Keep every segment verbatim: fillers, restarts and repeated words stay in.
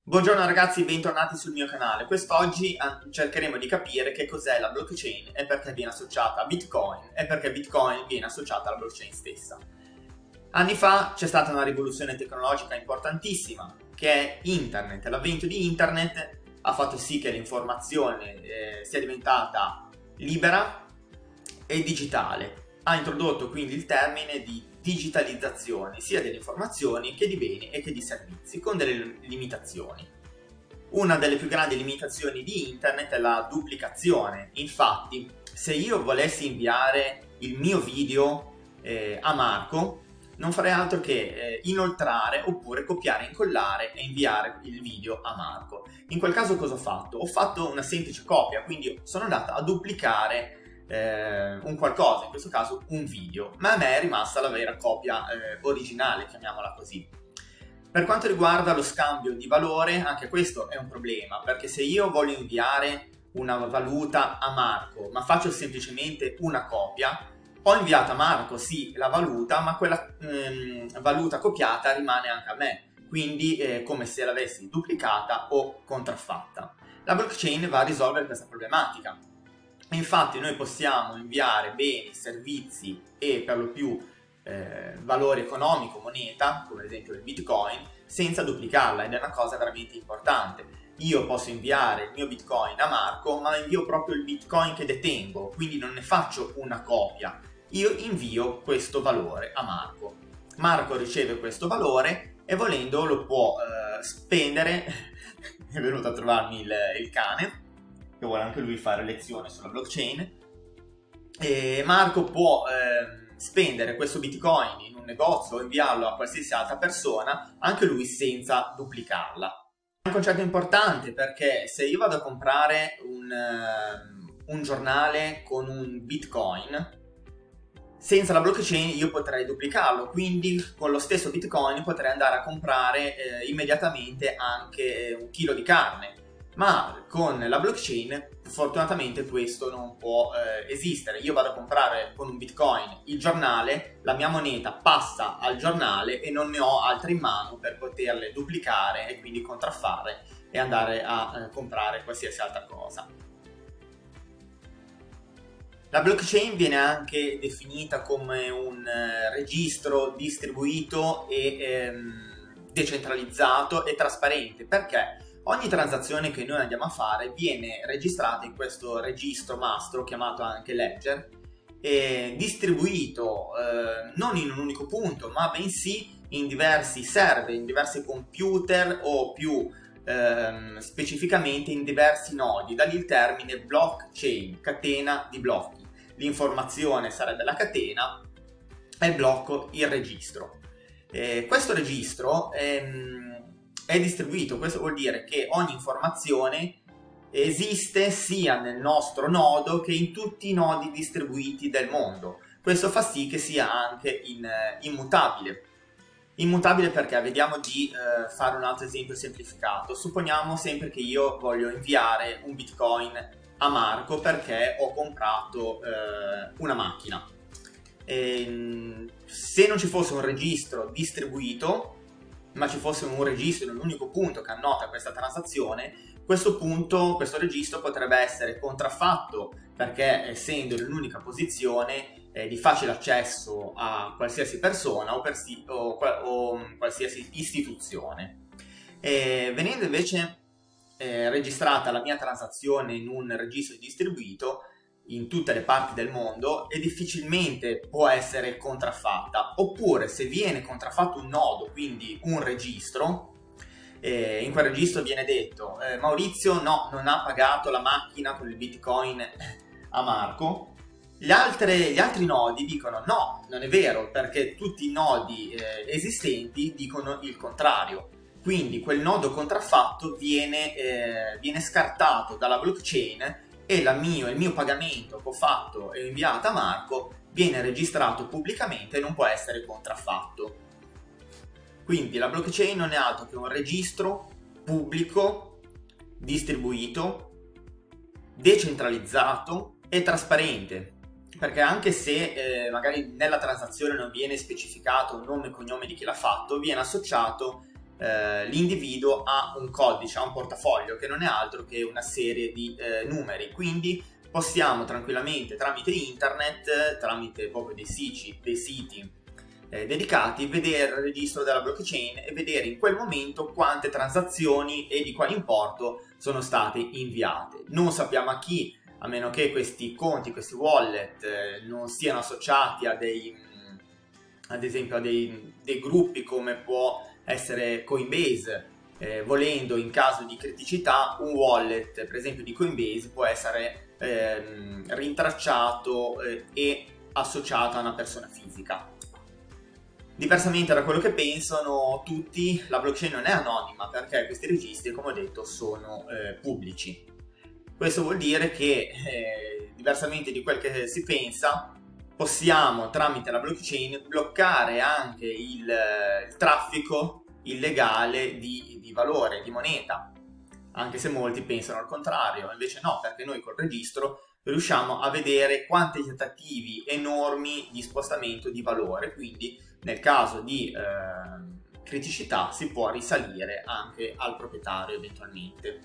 Buongiorno ragazzi, bentornati sul mio canale. Quest'oggi eh, cercheremo di capire che cos'è la blockchain e perché viene associata a Bitcoin e perché Bitcoin viene associata alla blockchain stessa. Anni fa c'è stata una rivoluzione tecnologica importantissima che è Internet. L'avvento di Internet ha fatto sì che l'informazione eh, sia diventata libera e digitale. Ha introdotto quindi il termine di digitalizzazione sia delle informazioni che di beni e che di servizi, con delle limitazioni. Una delle più grandi limitazioni di Internet è la duplicazione. Infatti, se io volessi inviare il mio video eh, a Marco, non farei altro che eh, inoltrare oppure copiare, incollare e inviare il video a Marco. In quel caso cosa ho fatto? Ho fatto una semplice copia, quindi sono andato a duplicare Eh, un qualcosa, in questo caso un video, ma a me è rimasta la vera copia eh, originale, chiamiamola così. Per quanto riguarda lo scambio di valore, anche questo è un problema, perché se io voglio inviare una valuta a Marco, ma faccio semplicemente una copia, ho inviato a Marco sì la valuta, ma quella ehm, valuta copiata rimane anche a me, quindi è come se l'avessi duplicata o contraffatta. La blockchain va a risolvere questa problematica. Infatti noi possiamo inviare beni, servizi e per lo più eh, valore economico, moneta, come ad esempio il Bitcoin, senza duplicarla, ed è una cosa veramente importante. Io posso inviare il mio Bitcoin a Marco, ma invio proprio il Bitcoin che detengo, quindi non ne faccio una copia. Io invio questo valore a Marco. Marco riceve questo valore e volendo lo può eh, spendere. È venuto a trovarmi il, il cane che vuole anche lui fare lezione sulla blockchain, e Marco può eh, spendere questo Bitcoin in un negozio o inviarlo a qualsiasi altra persona, anche lui senza duplicarla. È un concetto importante perché se io vado a comprare un, uh, un giornale con un Bitcoin, senza la blockchain io potrei duplicarlo, quindi con lo stesso Bitcoin potrei andare a comprare eh, immediatamente anche un chilo di carne. Ma con la blockchain fortunatamente questo non può eh, esistere. Io vado a comprare con un Bitcoin il giornale, la mia moneta passa al giornale e non ne ho altre in mano per poterle duplicare e quindi contraffare e andare a eh, comprare qualsiasi altra cosa. La blockchain viene anche definita come un eh, registro distribuito e ehm, decentralizzato e trasparente, perché ogni transazione che noi andiamo a fare viene registrata in questo registro mastro, chiamato anche ledger, e distribuito eh, non in un unico punto, ma bensì in diversi server, in diversi computer o più ehm, specificamente in diversi nodi, da lì il termine blockchain, catena di blocchi. L'informazione sarebbe la catena e il blocco il registro. Eh, questo registro ehm, è distribuito, questo vuol dire che ogni informazione esiste sia nel nostro nodo che in tutti i nodi distribuiti del mondo. Questo fa sì che sia anche in, eh, immutabile. Immutabile perché vediamo di eh, fare un altro esempio semplificato. Supponiamo sempre che io voglio inviare un Bitcoin a Marco perché ho comprato eh, una macchina. E, se non ci fosse un registro distribuito, ma ci fosse un registro in un unico punto che annota questa transazione, questo punto, questo registro potrebbe essere contraffatto perché essendo in un'unica posizione eh, di facile accesso a qualsiasi persona o, persi- o, o qualsiasi istituzione. E venendo invece eh, registrata la mia transazione in un registro distribuito in tutte le parti del mondo e difficilmente può essere contraffatta, oppure se viene contraffatto un nodo, quindi un registro, eh, in quel registro viene detto eh, Maurizio no, non ha pagato la macchina con il Bitcoin a Marco, gli, altre, gli altri nodi dicono no, non è vero, perché tutti i nodi eh, esistenti dicono il contrario. Quindi quel nodo contraffatto viene, eh, viene scartato dalla blockchain e la mio, il mio pagamento che ho fatto e inviato a Marco viene registrato pubblicamente e non può essere contraffatto. Quindi la blockchain non è altro che un registro pubblico, distribuito, decentralizzato e trasparente, perché anche se eh, magari nella transazione non viene specificato il nome e cognome di chi l'ha fatto, viene associato eh, l'individuo ha un codice, ha un portafoglio che non è altro che una serie di eh, numeri, quindi possiamo tranquillamente tramite internet, tramite proprio dei siti, dei siti eh, dedicati, vedere il registro della blockchain e vedere in quel momento quante transazioni e di quale importo sono state inviate. Non sappiamo a chi, a meno che questi conti, questi wallet eh, non siano associati a dei, ad esempio a dei, dei gruppi come può essere Coinbase. Eh, volendo, in caso di criticità, un wallet per esempio di Coinbase può essere ehm, rintracciato eh, e associato a una persona fisica. Diversamente da quello che pensano tutti, la blockchain non è anonima, perché questi registri, come ho detto, sono eh, pubblici. Questo vuol dire che, eh, diversamente di quel che si pensa, possiamo tramite la blockchain bloccare anche il, il traffico illegale di, di valore, di moneta, anche se molti pensano al contrario. Invece no, perché noi col registro riusciamo a vedere quanti tentativi enormi di spostamento di valore, quindi nel caso di eh, criticità si può risalire anche al proprietario eventualmente.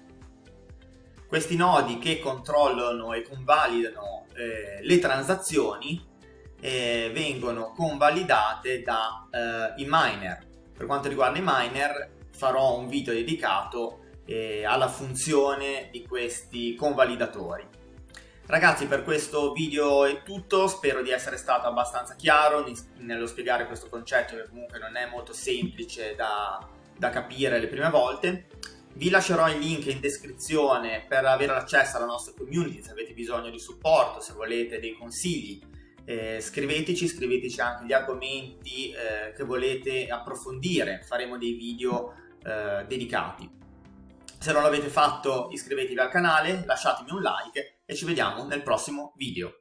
Questi nodi che controllano e convalidano eh, le transazioni eh, vengono convalidate dai eh, miner. Per quanto riguarda i miner farò un video dedicato eh, alla funzione di questi convalidatori. Ragazzi, per questo video è tutto, spero di essere stato abbastanza chiaro nello spiegare questo concetto che comunque non è molto semplice da, da capire le prime volte. Vi lascerò il link in descrizione per avere accesso alla nostra community se avete bisogno di supporto, se volete dei consigli. Eh, scriveteci, scriveteci anche gli argomenti eh, che volete approfondire, faremo dei video eh, dedicati. Se non l'avete fatto, iscrivetevi al canale, lasciatemi un like e ci vediamo nel prossimo video.